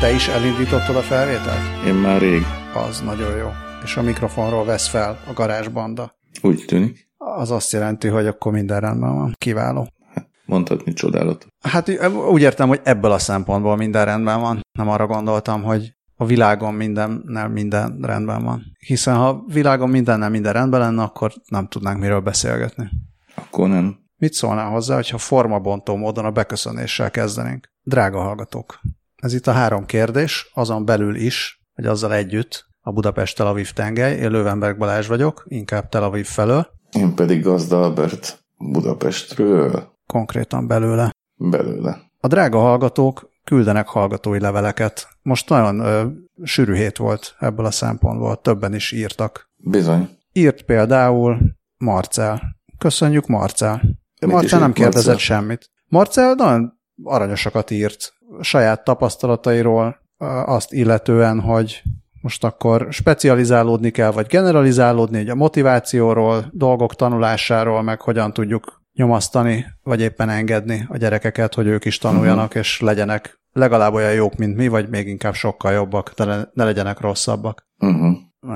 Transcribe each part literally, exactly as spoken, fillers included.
Te is elindítottad a felvételt? Én már rég. Az nagyon jó. És a mikrofonról vesz fel a garázsbanda. Úgy tűnik. Az azt jelenti, hogy akkor minden rendben van. Kiváló. Mondhatni csodálatos. Hát úgy értem, hogy ebből a szempontból minden rendben van. Nem arra gondoltam, hogy a világon mindennel minden rendben van. Hiszen ha a világon mindennel minden rendben lenne, akkor nem tudnánk miről beszélgetni. Akkor nem. Mit szólnál hozzá, hogyha formabontó módon a beköszönéssel kezdenénk? Drága hallgatók, ez itt a három kérdés, azon belül is, vagy azzal együtt, a Budapest-Tel Aviv tengely. Én Löwenberg Balázs vagyok, inkább Tel Aviv felől. Én pedig Gazda Albert Budapestről. Konkrétan belőle. Belőle. A drága hallgatók küldenek hallgatói leveleket. Most nagyon ö, sűrű hét volt ebből a szempontból, többen is írtak. Bizony. Írt például Marcell. Köszönjük, Marcell. Mit Marcell nem kérdezett Marcell? semmit. Marcell nagyon aranyosakat írt saját tapasztalatairól, azt illetően, hogy most akkor specializálódni kell, vagy generalizálódni, hogy a motivációról, dolgok tanulásáról, meg hogyan tudjuk nyomasztani, vagy éppen engedni a gyerekeket, hogy ők is tanuljanak, uh-huh. és legyenek legalább olyan jók, mint mi, vagy még inkább sokkal jobbak, de ne legyenek rosszabbak. Uh-huh.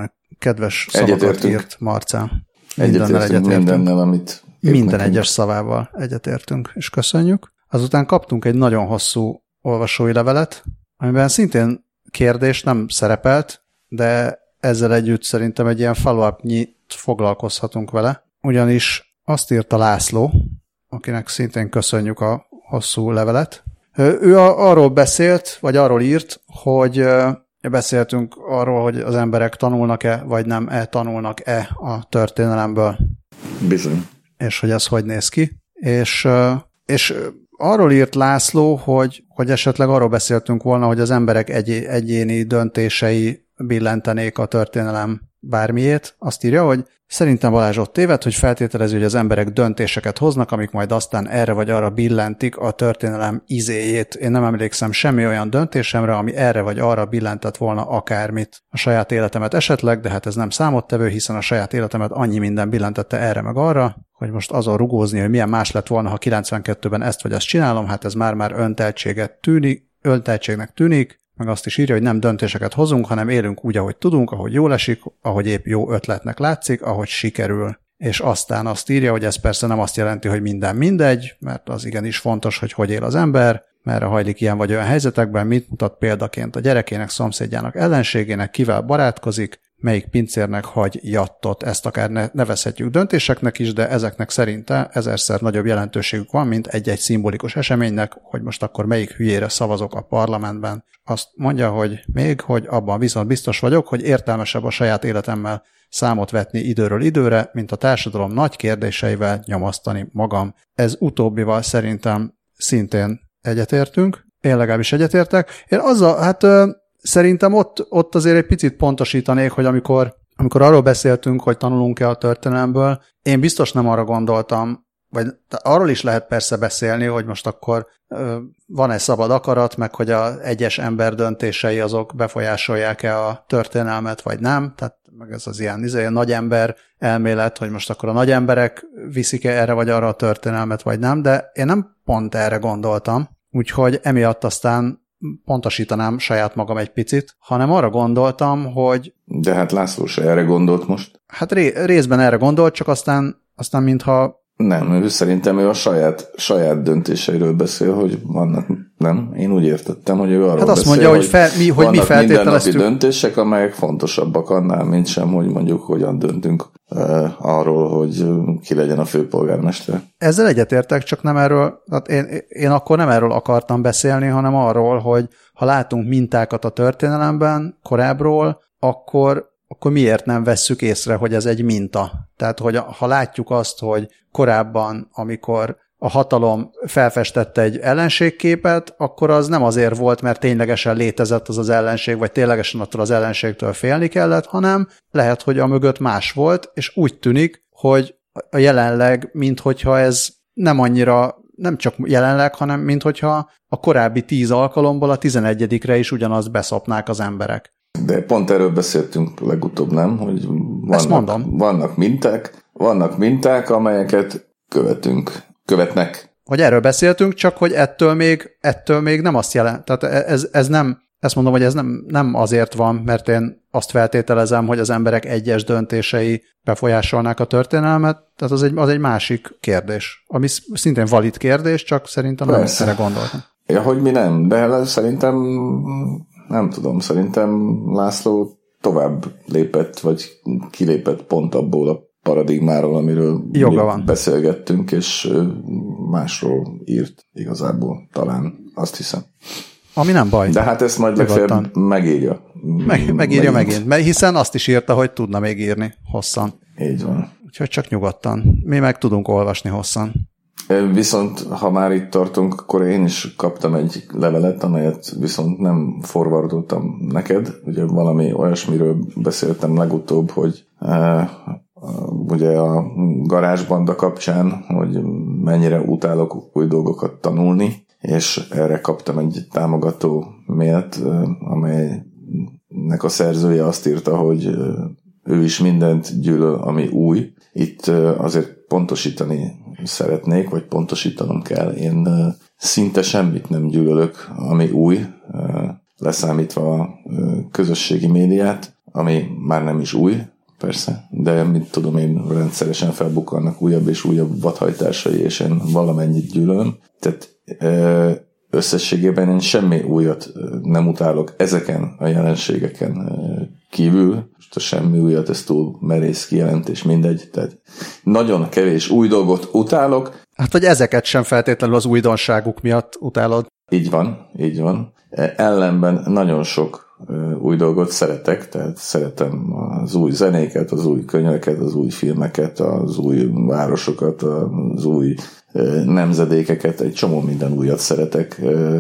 Kedves szavakat írt Marcell. Egyetértünk mindennel, mindennel, amit... Minden egyes szavával egyetértünk, és köszönjük. Azután kaptunk egy nagyon hosszú olvasói levelet, amiben szintén kérdés nem szerepelt, de ezzel együtt szerintem egy ilyen follow-up-nyit foglalkozhatunk vele. Ugyanis azt írta László, akinek szintén köszönjük a hosszú levelet. Ő arról beszélt, vagy arról írt, hogy beszéltünk arról, hogy az emberek tanulnak-e, vagy nem-e, tanulnak-e a történelemből. Bizony. És hogy ez hogy néz ki. És, és arról írt László, hogy, hogy esetleg arról beszéltünk volna, hogy az emberek egy, egyéni döntései billentenék a történelem bármiét. Azt írja, hogy szerintem Balázs ott téved, hogy feltételező, hogy az emberek döntéseket hoznak, amik majd aztán erre vagy arra billentik a történelem izéjét. Én nem emlékszem semmi olyan döntésemre, ami erre vagy arra billentett volna akármit. A saját életemet esetleg, de hát ez nem számottevő, hiszen a saját életemet annyi minden billentette erre meg arra, hogy most azon rugózni, hogy milyen más lett volna, ha kilencvenkettőben ezt vagy ezt csinálom, hát ez már-már önteltséget tűnik, önteltségnek tűnik, meg azt is írja, hogy nem döntéseket hozunk, hanem élünk úgy, ahogy tudunk, ahogy jól esik, ahogy épp jó ötletnek látszik, ahogy sikerül. És aztán azt írja, hogy ez persze nem azt jelenti, hogy minden mindegy, mert az igenis fontos, hogy hogy él az ember, merre hajlik ilyen vagy olyan helyzetekben, mit mutat példaként a gyerekének, szomszédjának, ellenségének, kivel barátkozik, melyik pincérnek hagy jattot. Ezt akár nevezhetjük döntéseknek is, de ezeknek szerinte ezerszer nagyobb jelentőségük van, mint egy-egy szimbolikus eseménynek, hogy most akkor melyik hülyére szavazok a parlamentben. Azt mondja, hogy még, hogy abban viszont biztos vagyok, hogy értelmesebb a saját életemmel számot vetni időről időre, mint a társadalom nagy kérdéseivel nyomasztani magam. Ez utóbbival szerintem szintén egyetértünk. Én legalábbis egyetértek. Én azzal, hát szerintem ott, ott azért egy picit pontosítanék, hogy amikor, amikor arról beszéltünk, hogy tanulunk-e a történelemből, én biztos nem arra gondoltam, vagy arról is lehet persze beszélni, hogy most akkor ö, van-e szabad akarat, meg hogy az egyes ember döntései azok befolyásolják-e a történelmet, vagy nem. Tehát meg ez az ilyen, ilyen nagy ember elmélet, hogy most akkor a nagy emberek viszik-e erre vagy arra a történelmet, vagy nem, de én nem pont erre gondoltam, úgyhogy emiatt aztán pontosítanám saját magam egy picit, hanem arra gondoltam, hogy... De hát László se erre gondolt most. Hát ré- részben erre gondolt, csak aztán, aztán mintha... Nem, ő szerintem ő a saját, saját döntéseiről beszél, hogy vannak, nem? Én úgy értettem, hogy ő arról hát azt beszél, mondja, hogy, fel, mi, hogy mi feltételeztük. mindennapi döntések, amelyek fontosabbak annál, mint sem, hogy mondjuk hogyan döntünk uh, arról, hogy ki legyen a főpolgármester. Ezzel egyetértek, csak nem erről, hát én, én akkor nem erről akartam beszélni, hanem arról, hogy ha látunk mintákat a történelemben korábbról, akkor akkor miért nem vesszük észre, hogy ez egy minta? Tehát, hogy ha látjuk azt, hogy korábban, amikor a hatalom felfestette egy ellenségképet, akkor az nem azért volt, mert ténylegesen létezett az az ellenség, vagy ténylegesen attól az ellenségtől félni kellett, hanem lehet, hogy a mögött más volt, és úgy tűnik, hogy a jelenleg, minthogyha ez nem annyira, nem csak jelenleg, hanem minthogyha a korábbi tíz alkalomból a tizenegyedikre is ugyanazt beszopnák az emberek. De pont erről beszéltünk legutóbb, nem? Hogy vannak, vannak minták, vannak minták, amelyeket követünk, követnek. Hogy erről beszéltünk, csak hogy ettől még, ettől még nem azt jelent. Tehát ez, ez nem, ezt mondom, hogy ez nem, nem azért van, mert én azt feltételezem, hogy az emberek egyes döntései befolyásolnák a történelmet, tehát az egy, az egy másik kérdés, ami szintén valid kérdés, csak szerintem nem erre gondoltam. Ja, hogy mi nem, de szerintem nem tudom, szerintem László tovább lépett, vagy kilépett pont abból a paradigmáról, amiről mi beszélgettünk, és másról írt igazából talán, azt hiszem. Ami nem baj. De hát ezt majd legfeljebb megírja. Meg, megírja megint. megint, mert hiszen azt is írta, hogy tudna még írni hosszan. Így van. Úgyhogy csak nyugodtan. Mi meg tudunk olvasni hosszan. Viszont, ha már itt tartunk, akkor én is kaptam egy levelet, amelyet viszont nem forwardoltam neked. Ugye valami olyasmiről beszéltem legutóbb, hogy uh, ugye a garázsbanda kapcsán, hogy mennyire utálok új dolgokat tanulni, és erre kaptam egy támogató mailt, amelynek a szerzője azt írta, hogy ő is mindent gyűlöl, ami új. Itt azért pontosítani szeretnék, vagy pontosítanom kell. Én szinte semmit nem gyűlölök, ami új, leszámítva a közösségi médiát, ami már nem is új, persze, de mit tudom én, rendszeresen felbukkannak újabb és újabb vadhajtásai, és én valamennyit gyűlölöm. Tehát összességében én semmi újat nem utálok ezeken a jelenségeken kívül. Most a semmi újat, ez túl merész kijelentés, mindegy. Tehát nagyon kevés új dolgot utálok. Hát, hogy ezeket sem feltétlenül az újdonságuk miatt utálod. Így van, így van. Ellenben nagyon sok új dolgot szeretek, tehát szeretem az új zenéket, az új könyveket, az új filmeket, az új városokat, az új nemzedékeket, egy csomó minden újat szeretek.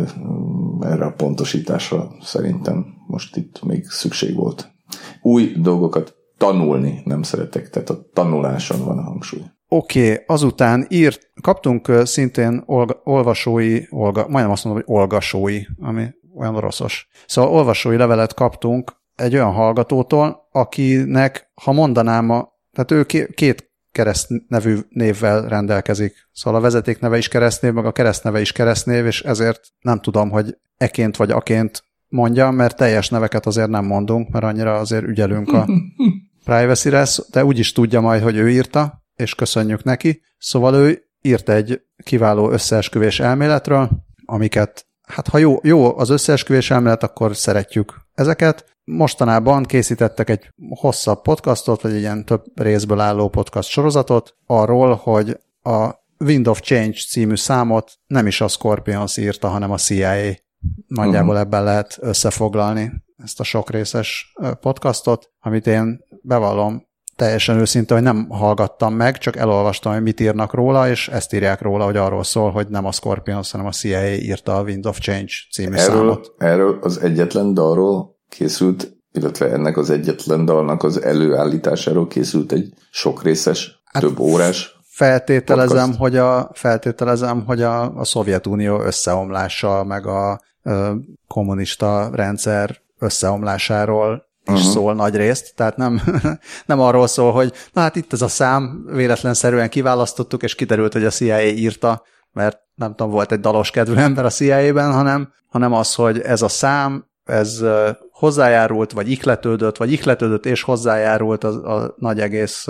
Erre a pontosításra szerintem most itt még szükség volt. Új dolgokat tanulni nem szeretek, tehát a tanuláson van a hangsúly. Oké, okay, azután írt, kaptunk szintén olga, olvasói, olga, majdnem azt mondom, hogy olgasói, ami olyan rosszos. Szóval olvasói levelet kaptunk egy olyan hallgatótól, akinek, ha mondanám, a, tehát ő két keresztnevű névvel rendelkezik. Szóval a vezetékneve is keresztnév, meg a keresztneve is keresztnév, és ezért nem tudom, hogy eként vagy aként mondja, mert teljes neveket azért nem mondunk, mert annyira azért ügyelünk a privacy-re, de úgyis tudja majd, hogy ő írta, és köszönjük neki. Szóval ő írt egy kiváló összeesküvés elméletről, amiket, hát ha jó, jó az összeesküvés elmélet, akkor szeretjük ezeket. Mostanában készítettek egy hosszabb podcastot, vagy egy ilyen több részből álló podcast sorozatot arról, hogy a Wind of Change című számot nem is a Scorpions írta, hanem a C I A. Nagyjából uh-huh. ebben lehet összefoglalni ezt a sok részes podcastot, amit én bevallom teljesen őszinte, hogy nem hallgattam meg, csak elolvastam, hogy mit írnak róla, és ezt írják róla, hogy arról szól, hogy nem a Scorpions, hanem a C I A írta a Wind of Change című erről, számot. Erről az egyetlen dalról készült, illetve ennek az egyetlen dalnak az előállításáról készült egy sok részes, hát több órás feltételezem, podcast. hogy a, feltételezem, hogy a, a Szovjetunió összeomlása, meg a ö, kommunista rendszer összeomlásáról is uh-huh. szól nagy részt, tehát nem, nem arról szól, hogy na hát itt ez a szám, véletlenszerűen kiválasztottuk, és kiderült, hogy a C I A írta, mert nem tudom, volt egy dalos kedvű ember a C I A-ben, hanem, hanem az, hogy ez a szám, ez hozzájárult, vagy ihletődött, vagy ihletődött és hozzájárult a, a nagy egész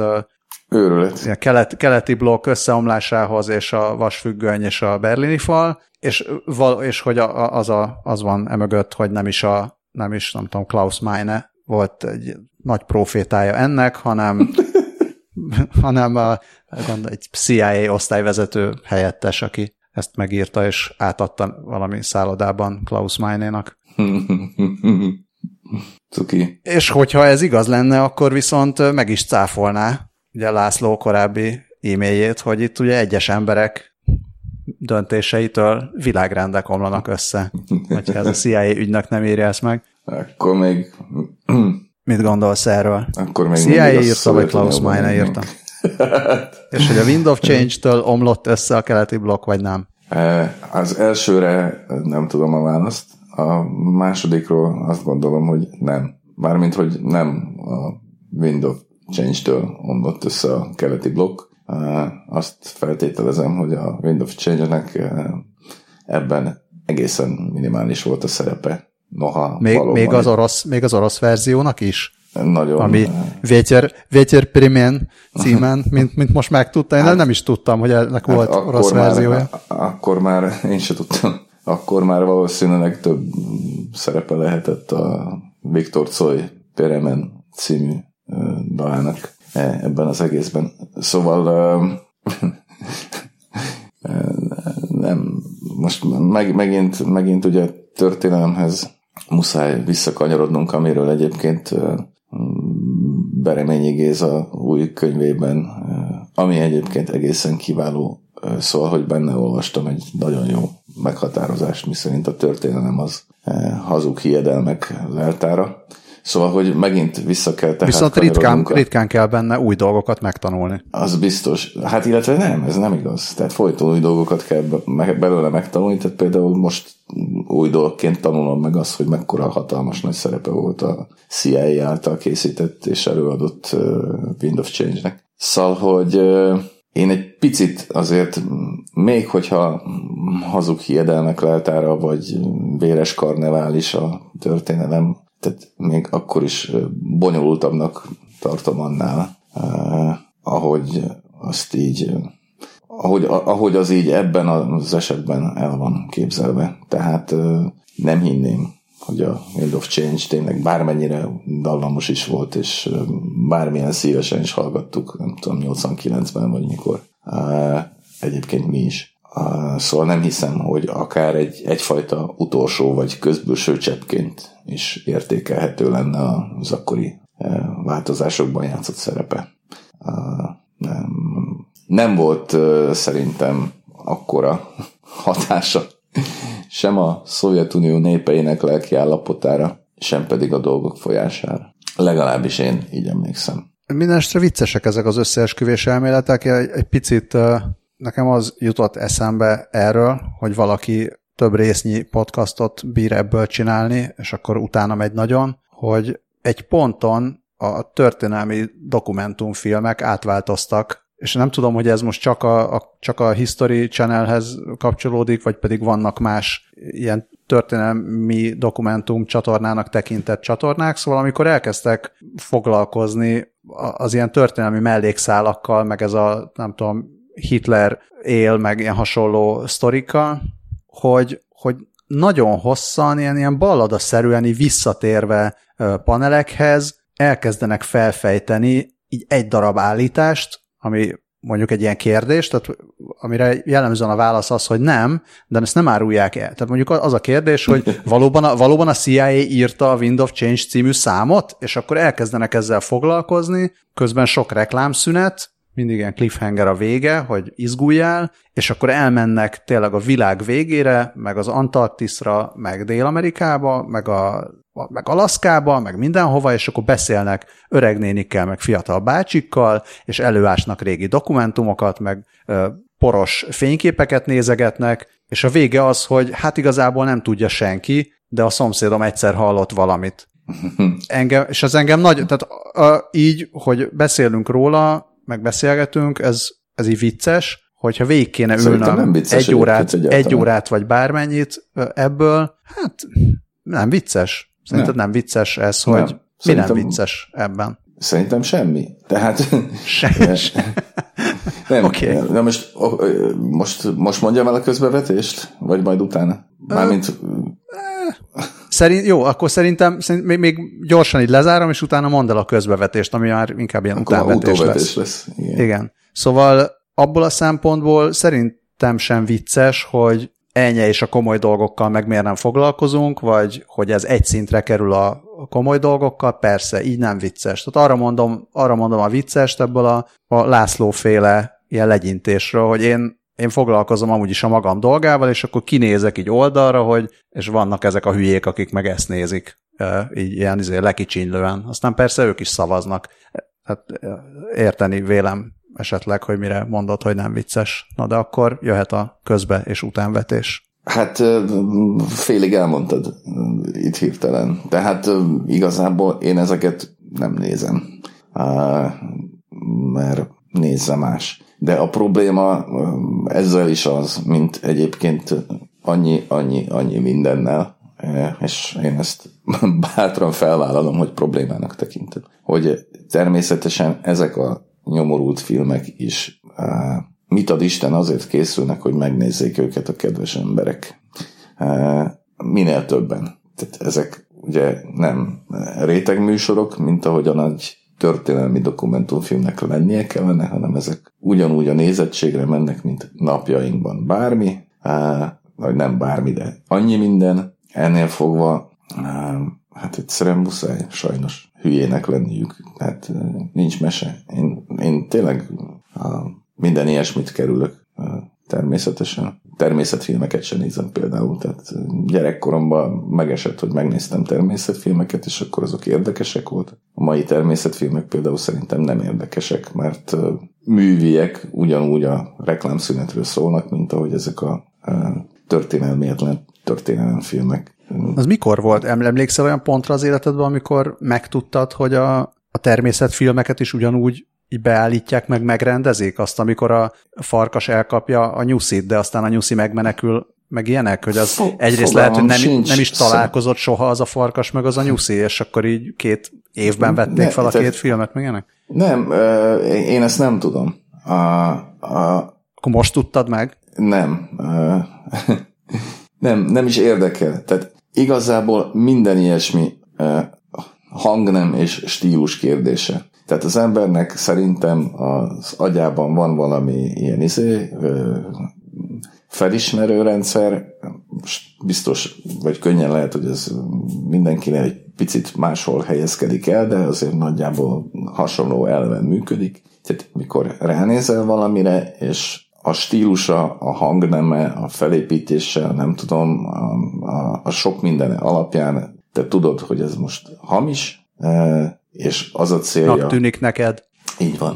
őrület. Kelet, keleti blokk összeomlásához, és a vasfüggöny, és a berlini fal, és, és hogy a, az, a, az van emögött, hogy nem is, a, nem is, nem tudom, Klaus Meine volt egy nagy profétája ennek, hanem, hanem a, egy C I A osztályvezető helyettes, aki ezt megírta, és átadta valami szállodában Klaus Meine-nak. Cuki. És hogyha ez igaz lenne, akkor viszont meg is cáfolná ugye László korábbi e-mailjét, hogy itt ugye egyes emberek döntéseitől világrendek omlanak össze. Hogyha ez a C I A ügynök nem írja ezt meg. Akkor még... Mit gondolsz erről? Akkor még C I A írta, vagy Klaus Meine írta? És hogy a Wind of Change-től omlott össze a keleti blokk, vagy nem? Az elsőre nem tudom a választ. A másodikról azt gondolom, hogy nem. Mármint, hogy nem a Wind of Change-től omlott össze a keleti blokk. Azt feltételezem, hogy a Wind of Change-nek ebben egészen minimális volt a szerepe. Noha még, még, az orosz, még az orosz verziónak is? Nagyon. Ami Vétyer, Vétyer Primen címen, mint, mint most megtudta. Én hát, nem is tudtam, hogy ennek hát volt orosz már, verziója. Akkor már, én sem tudtam, akkor már valószínűleg több szerepe lehetett a Viktor Coj Primen című dalának ebben az egészben. Szóval nem, most meg, megint, megint ugye történelemhez muszáj visszakanyarodnunk, amiről egyébként Bereményi Géza új könyvében, ami egyébként egészen kiváló, szól, hogy benne olvastam egy nagyon jó meghatározást, miszerint a történelem az hazug hiedelmek leltára. Szóval, hogy megint vissza kell tehát viszont ritkán, ritkán kell benne új dolgokat megtanulni. Az biztos. Hát illetve nem, ez nem igaz. Tehát folyton új dolgokat kell belőle megtanulni, tehát például most új dolgként tanulom meg azt, hogy mekkora hatalmas nagy szerepe volt a C I A által készített és előadott Wind of Change-nek. Szóval, hogy én egy picit azért, még hogyha hazug hiedelmek leltára, vagy véres karnevális a történelem, tehát még akkor is bonyolultabbnak tartom annál, eh, ahogy azt így, ahogy, ahogy az így ebben az esetben el van képzelve. Tehát eh, nem hinném, hogy a Wind of Change tényleg bármennyire dallamos is volt, és eh, bármilyen szívesen is hallgattuk, nem tudom, nyolcvankilencben vagy mikor. Eh, egyébként mi is. Uh, szóval nem hiszem, hogy akár egy, egyfajta utolsó vagy közbülső cseppként is értékelhető lenne az akkori uh, változásokban játszott szerepe. Uh, nem, nem volt uh, szerintem akkora hatása sem a Szovjetunió népeinek lelki állapotára, sem pedig a dolgok folyására. Legalábbis én így emlékszem. Mindenestre viccesek ezek az összeesküvés elméletek. Egy, egy picit... Uh... Nekem az jutott eszembe erről, hogy valaki több résznyi podcastot bír ebből csinálni, és akkor utána megy nagyon, hogy egy ponton a történelmi dokumentumfilmek átváltoztak, és nem tudom, hogy ez most csak a, a, csak a History Channelhez kapcsolódik, vagy pedig vannak más ilyen történelmi dokumentum csatornának tekintett csatornák, szóval amikor elkezdtek foglalkozni az ilyen történelmi mellékszálakkal, meg ez a, nem tudom, Hitler él, meg ilyen hasonló sztorikkal, hogy, hogy nagyon hosszan, ilyen, ilyen balladaszerűen visszatérve panelekhez elkezdenek felfejteni így egy darab állítást, ami mondjuk egy ilyen kérdés, tehát amire jellemzően a válasz az, hogy nem, de ezt nem árulják el. Tehát mondjuk az a kérdés, hogy valóban a, valóban a C I A írta a Wind of Change című számot, és akkor elkezdenek ezzel foglalkozni, közben sok reklámszünet, mindig ilyen cliffhanger a vége, hogy izguljál, és akkor elmennek tényleg a világ végére, meg az Antarktiszra, meg Dél-Amerikába, meg, a, meg Alaszkába, meg mindenhova, és akkor beszélnek öregnénikkel, meg fiatal bácsikkal, és előásnak régi dokumentumokat, meg ö, poros fényképeket nézegetnek, és a vége az, hogy hát igazából nem tudja senki, de a szomszédom egyszer hallott valamit. Engem, és ez engem nagy, tehát a, így, hogy beszélünk róla, meg beszélgetünk, ez, ez így vicces, hogyha végig kéne ülnöm egy órát, egy órát, vagy bármennyit ebből, hát nem vicces. Szerinted nem, nem vicces ez, hogy nem. Mi nem vicces ebben? Szerintem semmi. Tehát... Semmi. Nem, okay. Na most, most, most mondjam el a közbevetést? Vagy majd utána? Mármint... Szerint, jó, akkor szerintem, szerintem még, még gyorsan így lezárom, és utána mondd el a közbevetést, ami már inkább ilyen akkor utánvetés lesz. lesz. Igen. Igen. Szóval abból a szempontból szerintem sem vicces, hogy ennyi és a komoly dolgokkal meg miért nem foglalkozunk, vagy hogy ez egy szintre kerül a komoly dolgokkal, persze, így nem vicces. Tehát arra mondom, arra mondom a viccest ebből a, a László-féle ilyen legyintésről, hogy én Én foglalkozom amúgy is a magam dolgával, és akkor kinézek így oldalra, hogy és vannak ezek a hülyék, akik meg ezt nézik, így ilyen izé, lekicsinylően. Aztán persze ők is szavaznak. Hát érteni vélem esetleg, hogy mire mondod, hogy nem vicces. Na de akkor jöhet a közbe és utánvetés. Hát félig elmondtad itt hirtelen. Tehát igazából én ezeket nem nézem. Mert nézze más. De a probléma ezzel is az, mint egyébként annyi, annyi, annyi mindennel, és én ezt bátran felvállalom, hogy problémának tekintem, hogy természetesen ezek a nyomorult filmek is mit ad Isten azért készülnek, hogy megnézzék őket a kedves emberek. Minél többen. Tehát ezek ugye nem rétegműsorok, mint ahogy a nagy történelmi dokumentumfilmnek lennie kellene, hanem ezek ugyanúgy a nézettségre mennek, mint napjainkban bármi, vagy nem bármi, de annyi minden. Ennél fogva, hát egyszerűen muszáj sajnos hülyének lenniük. Hát nincs mese. Én, én tényleg minden ilyesmit kerülök természetesen. Természetfilmeket sem nézem például, tehát gyerekkoromban megesett, hogy megnéztem természetfilmeket, és akkor azok érdekesek voltak. A mai természetfilmek például szerintem nem érdekesek, mert műviek ugyanúgy a reklámszünetről szólnak, mint ahogy ezek a történelmietlen történelemfilmek. Az mikor volt? Emlékszel olyan pontra az életedben, amikor megtudtad, hogy a, a természetfilmeket is ugyanúgy így beállítják, meg megrendezik azt, amikor a farkas elkapja a nyuszit, de aztán a nyuszi megmenekül, meg ilyenek, hogy az Fog, egyrészt lehet, hogy nem, nem is találkozott soha az a farkas, meg az a nyuszi, és akkor így két évben vették ne, fel a két filmet, meg ilyenek? Nem, én ezt nem tudom. A, a, akkor most tudtad meg? Nem. nem, nem is érdekel. Tehát igazából minden ilyesmi hangnem és stílus kérdése. Tehát az embernek szerintem az agyában van valami ilyen izé, felismerő rendszer, biztos, vagy könnyen lehet, hogy ez mindenkinek egy picit máshol helyezkedik el, de azért nagyjából hasonló elven működik. Tehát mikor ránézel valamire, és a stílusa, a hangneme, a felépítése, nem tudom, a, a, a sok minden alapján te tudod, hogy ez most hamis, és az a célja... Nak tűnik neked. Így van.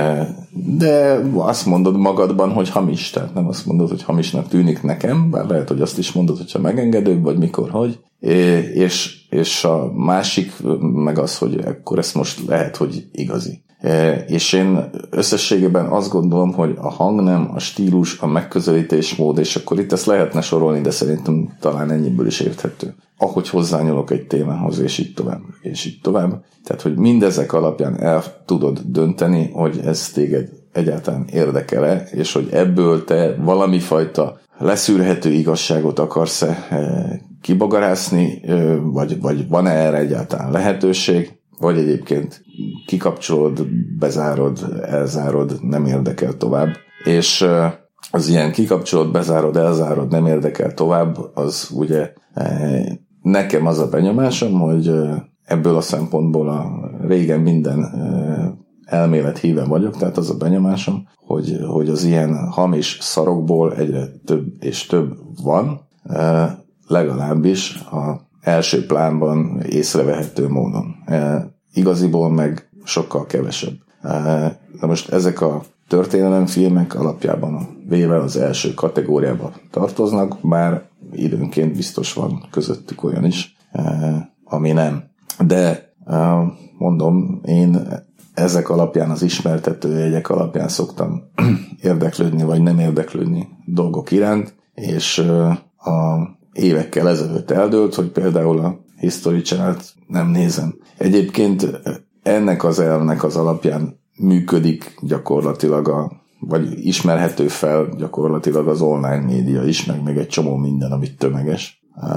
De azt mondod magadban, hogy hamis, tehát nem azt mondod, hogy hamisnak tűnik nekem, bár lehet, hogy azt is mondod, hogyha megengedőbb, vagy mikor, hogy. És, és a másik meg az, hogy akkor ezt most lehet, hogy igazi. És én összességében azt gondolom, hogy a hangnem, a stílus, a megközelítésmód, és akkor itt ezt lehetne sorolni, de szerintem talán ennyiből is érthető. Ahogy hozzányúlok egy témához, és így tovább, és így tovább. Tehát, hogy mindezek alapján el tudod dönteni, hogy ez téged egyáltalán érdekel-e, és hogy ebből te valami fajta leszűrhető igazságot akarsz-e kibagarászni, vagy, vagy van-e erre egyáltalán lehetőség, vagy egyébként kikapcsolod, bezárod, elzárod, nem érdekel tovább. És az ilyen kikapcsolod, bezárod, elzárod, nem érdekel tovább, az ugye nekem az a benyomásom, hogy ebből a szempontból a régen minden elmélet híve vagyok, tehát az a benyomásom, hogy, hogy az ilyen hamis szarokból egyre több és több van, legalábbis a első plánban észrevehető módon. Igaziból meg sokkal kevesebb. Na most ezek a történelemfilmek alapjában véve az első kategóriába tartoznak, bár időnként biztos van közöttük olyan is, ami nem. De mondom, én ezek alapján, az ismertető jegyek alapján szoktam érdeklődni, vagy nem érdeklődni dolgok iránt, és a évekkel ezelőtt eldőlt, hogy például a History Channel-t nem nézem. Egyébként ennek az elvnek az alapján működik gyakorlatilag a, vagy ismerhető fel gyakorlatilag az online média is, meg még egy csomó minden, amit tömeges.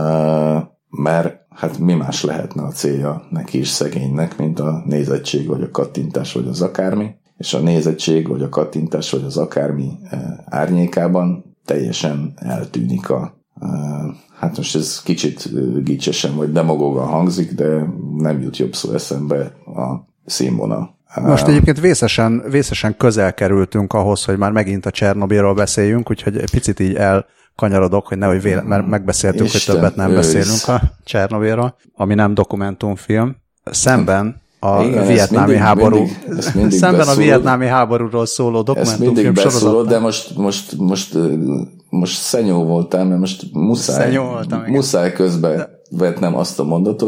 Mert hát mi más lehetne a célja neki is szegénynek, mint a nézettség, vagy a kattintás, vagy az akármi. És a nézettség, vagy a kattintás, vagy az akármi árnyékában teljesen eltűnik a hát most ez kicsit gicsesen, vagy demagógan hangzik, de nem jut jobb szó eszembe a színvonal. Most egyébként vészesen, vészesen közel kerültünk ahhoz, hogy már megint a Csernobilról beszéljünk, úgyhogy egy picit így elkanyarodok, hogy nehogy véle, mert megbeszéltük, Isten, hogy többet nem ősz. beszélünk a Csernobilról, ami nem dokumentumfilm. Szemben a igen, vietnámi mindig, háború mindig, mindig szemben beszólod, a vietnámi háborúról szóló dokumentumfilm sorozat. De most, most, most, most szenyó voltál, mert most muszáj, muszáj közben de... vetnem azt a mondatot,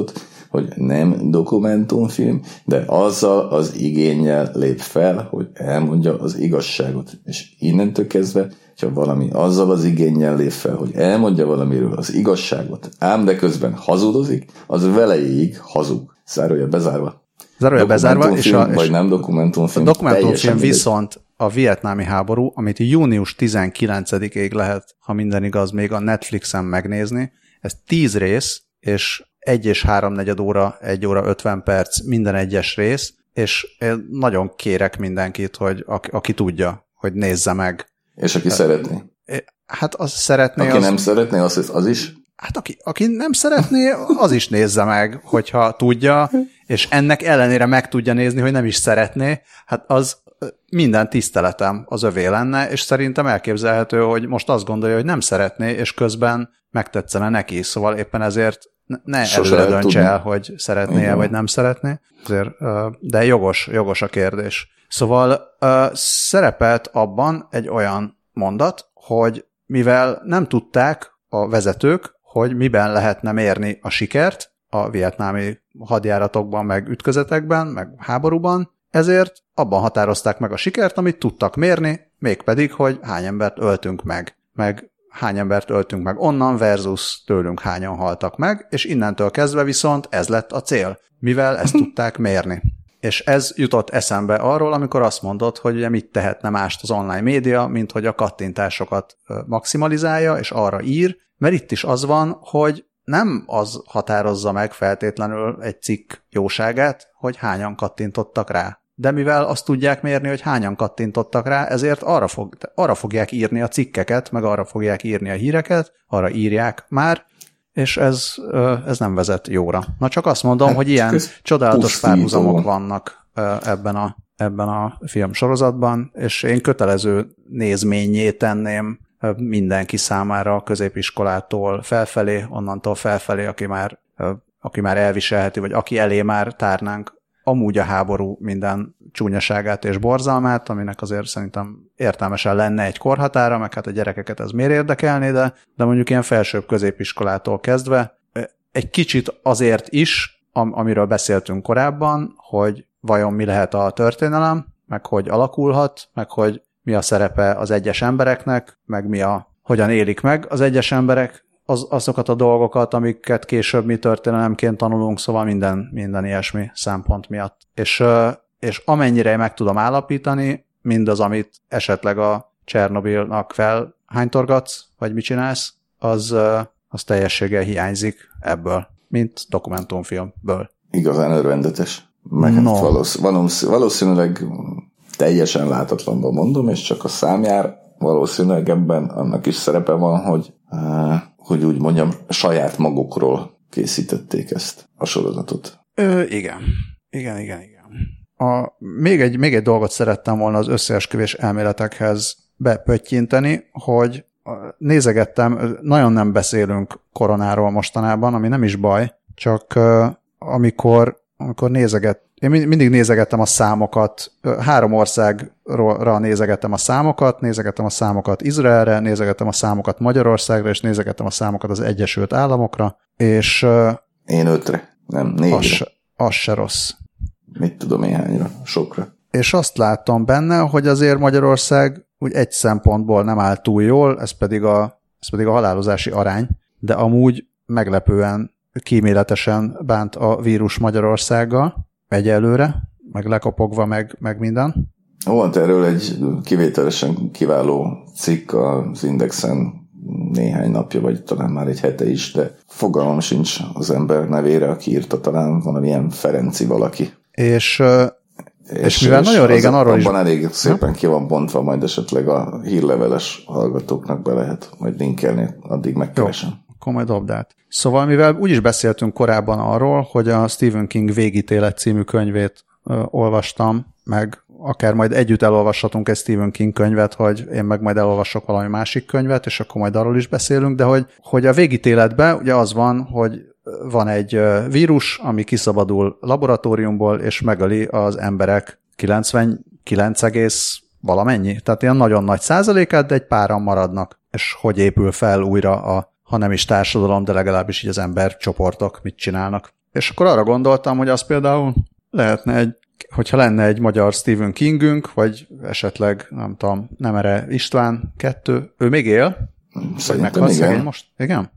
hogy nem dokumentumfilm, de azzal az igénnyel lép fel, hogy elmondja az igazságot. És innentől kezdve, ha valami azzal az igénnyel lép fel, hogy elmondja valamiről az igazságot, ám de közben hazudozik, az velejéig hazug. Zárója bezárva. Zárója bezárva, és a, vagy nem dokumentumfilm. A dokumentumfilm viszont a vietnámi háború, amit június tizenkilencedikéig lehet, ha minden igaz, még a Netflixen megnézni. Ez tíz rész, és egy és háromnegyed óra, egy óra ötven perc minden egyes rész, és én nagyon kérek mindenkit, hogy aki, aki tudja, hogy nézze meg. És aki szeretné? Hát az szeretné. Aki az, nem szeretné, az, az is? Hát aki, aki nem szeretné, az is nézze meg, hogyha tudja, és ennek ellenére meg tudja nézni, hogy nem is szeretné, hát az minden tiszteletem az övé lenne, és szerintem elképzelhető, hogy most azt gondolja, hogy nem szeretné, és közben megtetszene neki, szóval éppen ezért ne előre döntse el, hogy szeretné-e, vagy nem szeretné. Azért, de jogos, jogos a kérdés. Szóval szerepelt abban egy olyan mondat, hogy mivel nem tudták a vezetők, hogy miben lehetne mérni a sikert a vietnámi hadjáratokban, meg ütközetekben, meg háborúban, ezért abban határozták meg a sikert, amit tudtak mérni, mégpedig, hogy hány embert öltünk meg, meg hány embert öltünk meg onnan versus tőlünk hányan haltak meg, és innentől kezdve viszont ez lett a cél, mivel ezt tudták mérni. És ez jutott eszembe arról, amikor azt mondod, hogy ugye mit tehetne mást az online média, mint hogy a kattintásokat maximalizálja, és arra ír, mert itt is az van, hogy nem az határozza meg feltétlenül egy cikk jóságát, hogy hányan kattintottak rá. De mivel azt tudják mérni, hogy hányan kattintottak rá, ezért arra, fog, arra fogják írni a cikkeket, meg arra fogják írni a híreket, arra írják már, és ez, ez nem vezet jóra. Na csak azt mondom, hát, hogy ilyen csodálatos párhuzamok vannak ebben a, ebben a filmsorozatban, és én kötelező nézménnyé tenném mindenki számára a középiskolától felfelé, onnantól felfelé, aki már, aki már elviselheti, vagy aki elé már tárnánk amúgy a háború minden csúnyaságát és borzalmát, aminek azért szerintem értelmesen lenne egy korhatára, meg hát a gyerekeket ez miért érdekelné, de, de mondjuk ilyen felsőbb középiskolától kezdve egy kicsit azért is, am, amiről beszéltünk korábban, hogy vajon mi lehet a történelem, meg hogy alakulhat, meg hogy mi a szerepe az egyes embereknek, meg mi a, hogyan élik meg az egyes emberek az, azokat a dolgokat, amiket később mi történelemként tanulunk, szóval minden, minden ilyesmi szempont miatt. És, és amennyire meg tudom állapítani, mindaz, amit esetleg a Csernobilnak felhánytorgatsz, vagy mit csinálsz, az, az teljességgel hiányzik ebből, mint dokumentumfilmből. Igazán örvendetes. Meg no. valósz, valószínűleg teljesen látatlanban mondom, és csak a szám jár, valószínűleg ebben annak is szerepe van, hogy, hogy úgy mondjam, saját magukról készítették ezt a sorozatot. Ö, igen. Igen, igen, igen. A, még, egy, még egy dolgot szerettem volna az összeesküvés elméletekhez bepöttyinteni, hogy nézegettem, nagyon nem beszélünk koronáról mostanában, ami nem is baj, csak amikor, amikor nézeget, én mindig nézegettem a számokat, három országra nézegettem a számokat, nézegettem a számokat Izraelre, nézegettem a számokat Magyarországra, és nézegettem a számokat az Egyesült Államokra, és... Én ötre, nem négyre. Az se, az se rossz. Mit tudom én hányra, sokra. És azt láttam benne, hogy azért Magyarország úgy egy szempontból nem áll túl jól, ez pedig a, ez pedig a halálozási arány, de amúgy meglepően kíméletesen bánt a vírus Magyarországgal, egyelőre, meg lekopogva, meg, meg minden. Volt erről egy kivételesen kiváló cikk az Indexen néhány napja, vagy talán már egy hete is, de fogalmam sincs az ember nevére, aki írta, talán valamilyen Ferenci valaki. És, és, és mivel és nagyon régen arról abban is... Abban elég szépen ki van bontva, majd esetleg a hírleveles hallgatóknak be lehet majd linkelni, addig megkeresem. Jó, akkor majd dobd át. Szóval mivel úgyis beszéltünk korábban arról, hogy a Stephen King Végítélet című könyvét ö, olvastam, meg akár majd együtt elolvashatunk egy Stephen King könyvet, hogy én meg majd elolvassok valami másik könyvet, és akkor majd arról is beszélünk, de hogy, hogy a végítéletben ugye az van, hogy van egy vírus, ami kiszabadul laboratóriumból, és megöli az emberek kilencvenkilenc egész valamennyi, tehát ilyen nagyon nagy százalékát, de egy páran maradnak. És hogy épül fel újra a, ha nem is társadalom, de legalábbis így az embercsoportok mit csinálnak. És akkor arra gondoltam, hogy az például lehetne egy, hogyha lenne egy magyar Stephen Kingünk, vagy esetleg, nem tudom, Nemere István kettő, ő még él? Szerintem igen. Most? Igen?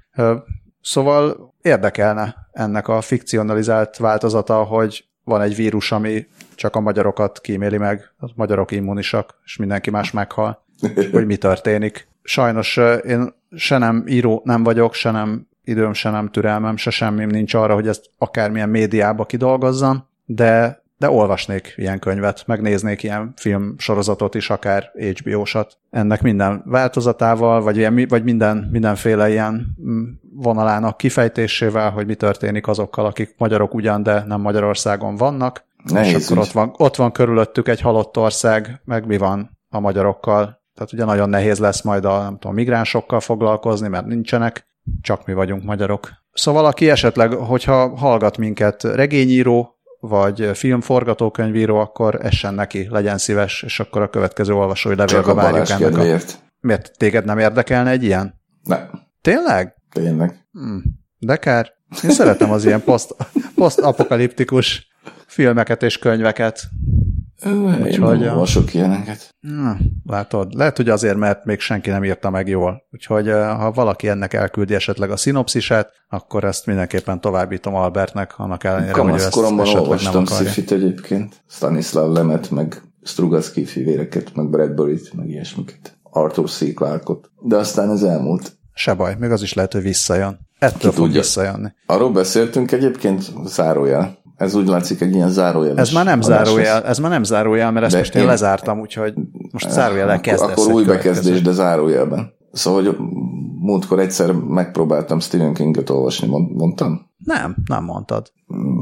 Szóval érdekelne ennek a fikcionalizált változata, hogy van egy vírus, ami csak a magyarokat kíméli meg, a magyarok immunisak, és mindenki más meghal, hogy mi történik. Sajnos én se nem író nem vagyok, se nem időm, se nem türelmem, se semmim nincs arra, hogy ezt akármilyen médiába kidolgozzam, de, de olvasnék ilyen könyvet, megnéznék ilyen filmsorozatot is, akár há bé ó-sat. Ennek minden változatával, vagy, ilyen, vagy minden, mindenféle ilyen vonalának kifejtésével, hogy mi történik azokkal, akik magyarok ugyan, de nem Magyarországon vannak. Nehéz és akkor ott van, ott van körülöttük egy halott ország, meg mi van a magyarokkal. Tehát ugye nagyon nehéz lesz majd a, nem tudom, migránsokkal foglalkozni, mert nincsenek, csak mi vagyunk magyarok. Szóval aki esetleg, hogyha hallgat minket regényíró, vagy filmforgatókönyvíró, akkor essen neki, legyen szíves, és akkor a következő olvasói levélbe várjuk ennek a... Miért? Téged nem érdekelne egy ilyen? Nem. Tényleg? Tényleg. Hmm. De kár. Én szeretem az ilyen poszt, posztapokaliptikus filmeket és könyveket. Én nem olvasok ilyeneket. Na, látod, lehet, hogy azért, mert még senki nem írta meg jól. Úgyhogy ha valaki ennek elküldi esetleg a szinopszisát, akkor ezt mindenképpen továbbítom Albertnek, annak ellenére, hogy ezt koromban esetleg olvastam nem akarja. sci-fit egyébként. Stanislav Lemet, meg Strugatsky fivéreket, meg Bradburyt, meg ilyesmiket. Arthur C. Clarke-ot. De aztán ez elmúlt. Se baj, még az is lehet, hogy visszajön. Ettől fog visszajönni. Arról beszéltünk egyébként, zárójel. Ez úgy látszik egy ilyen zárójel. Ez már nem zárójel, ez már nem zárójel, mert ezt de most én, én lezártam, úgyhogy most zárójellel kezdesz. Akkor új bekezdés, de zárójelben. Szóval, hogy múltkor egyszer megpróbáltam Stephen Kinget olvasni, mondtam? Nem, nem mondtad.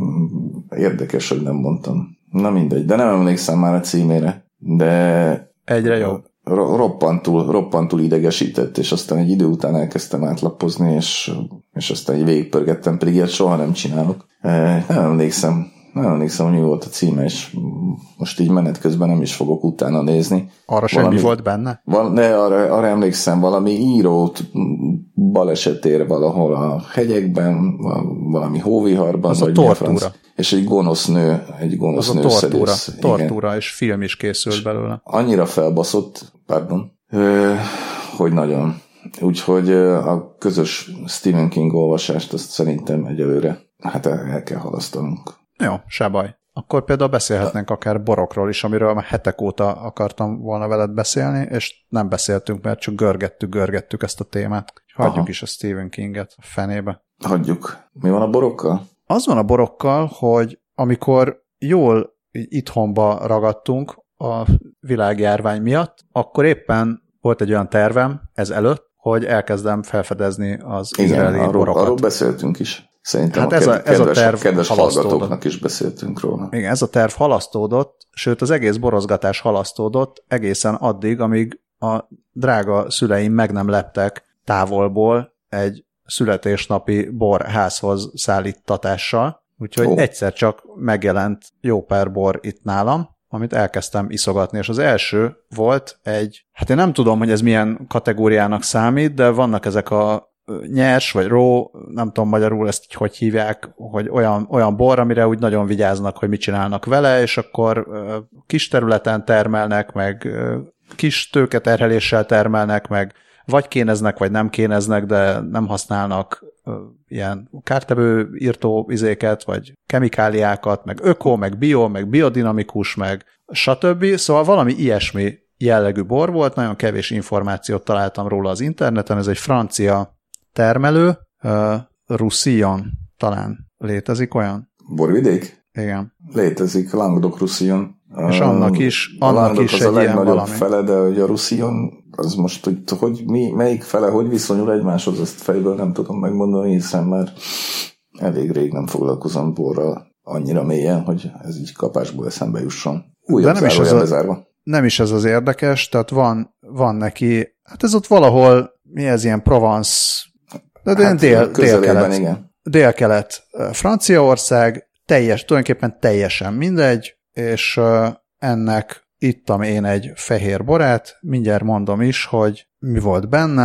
Érdekes, hogy nem mondtam. Na mindegy, de nem emlékszem már a címére. De... Egyre jobb. Roppantul, roppantul idegesített, és aztán egy idő után elkezdtem átlapozni, és, és aztán egy végigpörgettem, pedig ilyet soha nem csinálok. Nem emlékszem, nem emlékszem, hogy mi volt a címe, és most így menet közben nem is fogok utána nézni. Arra valami, semmi volt benne? Val, ne, arra, arra emlékszem, valami írót balesetér valahol a hegyekben, valami hóviharban. Az a tortúra. És egy gonosz nő, egy gonosz az nő a tortúra, szedész. tortúra, és film is készült belőle. Annyira felbaszott, pardon, hogy nagyon. Úgyhogy a közös Stephen King olvasást azt szerintem egyelőre hát el kell halasztanunk. Jó, se baj. Akkor például beszélhetnénk akár borokról is, amiről már hetek óta akartam volna veled beszélni, és nem beszéltünk, mert csak görgettük, görgettük ezt a témát. Hagyjuk Aha. is a Stephen Kinget a fenébe. Hagyjuk. Mi van a borokkal? Az van a borokkal, hogy amikor jól itthonba ragadtunk a világjárvány miatt, akkor éppen volt egy olyan tervem ez előtt, hogy elkezdem felfedezni az izraeli arról, borokat. Arról beszéltünk is. Szerintem hát a, ez a, kedves, ez a terv kedves hallgatóknak is beszéltünk róla. Igen, ez a terv halasztódott, sőt az egész borozgatás halasztódott egészen addig, amíg a drága szüleim meg nem leptek távolból egy születésnapi bor házhoz szállítatással, úgyhogy oh. egyszer csak megjelent jó pár bor itt nálam, amit elkezdtem iszogatni, és az első volt egy, hát én nem tudom, hogy ez milyen kategóriának számít, de vannak ezek a nyers, vagy ró, nem tudom magyarul ezt így hogy hívják, hogy olyan, olyan bor, amire úgy nagyon vigyáznak, hogy mit csinálnak vele, és akkor kis területen termelnek, meg kis tőketerheléssel termelnek, meg vagy kéneznek, vagy nem kéneznek, de nem használnak uh, ilyen kártevő írtó izéket, vagy kemikáliákat, meg öko, meg bio, meg biodinamikus, meg stb. Szóval valami ilyesmi jellegű bor volt, nagyon kevés információt találtam róla az interneten, ez egy francia termelő, uh, Roussillon talán létezik olyan? Borvidék? Igen. Létezik, Languedoc-Roussillon. És annak is, a annak is az egy a legnagyobb ilyen valami. fele, de hogy a Roussillon az most, hogy, hogy mi, melyik fele, hogy viszonyul egymáshoz, ezt fejből nem tudom megmondani, hiszen már elég rég nem foglalkozom borral annyira mélyen, hogy ez így kapásból eszembe jusson. Újabb de nem is, ez a, nem is ez az érdekes, tehát van, van neki, hát ez ott valahol, mi ez ilyen Provence, de hát dél, délkelet, igen. délkelet Franciaország, teljes, tulajdonképpen teljesen mindegy, és uh, ennek ittam én egy fehér borát, mindjárt mondom is, hogy mi volt benne,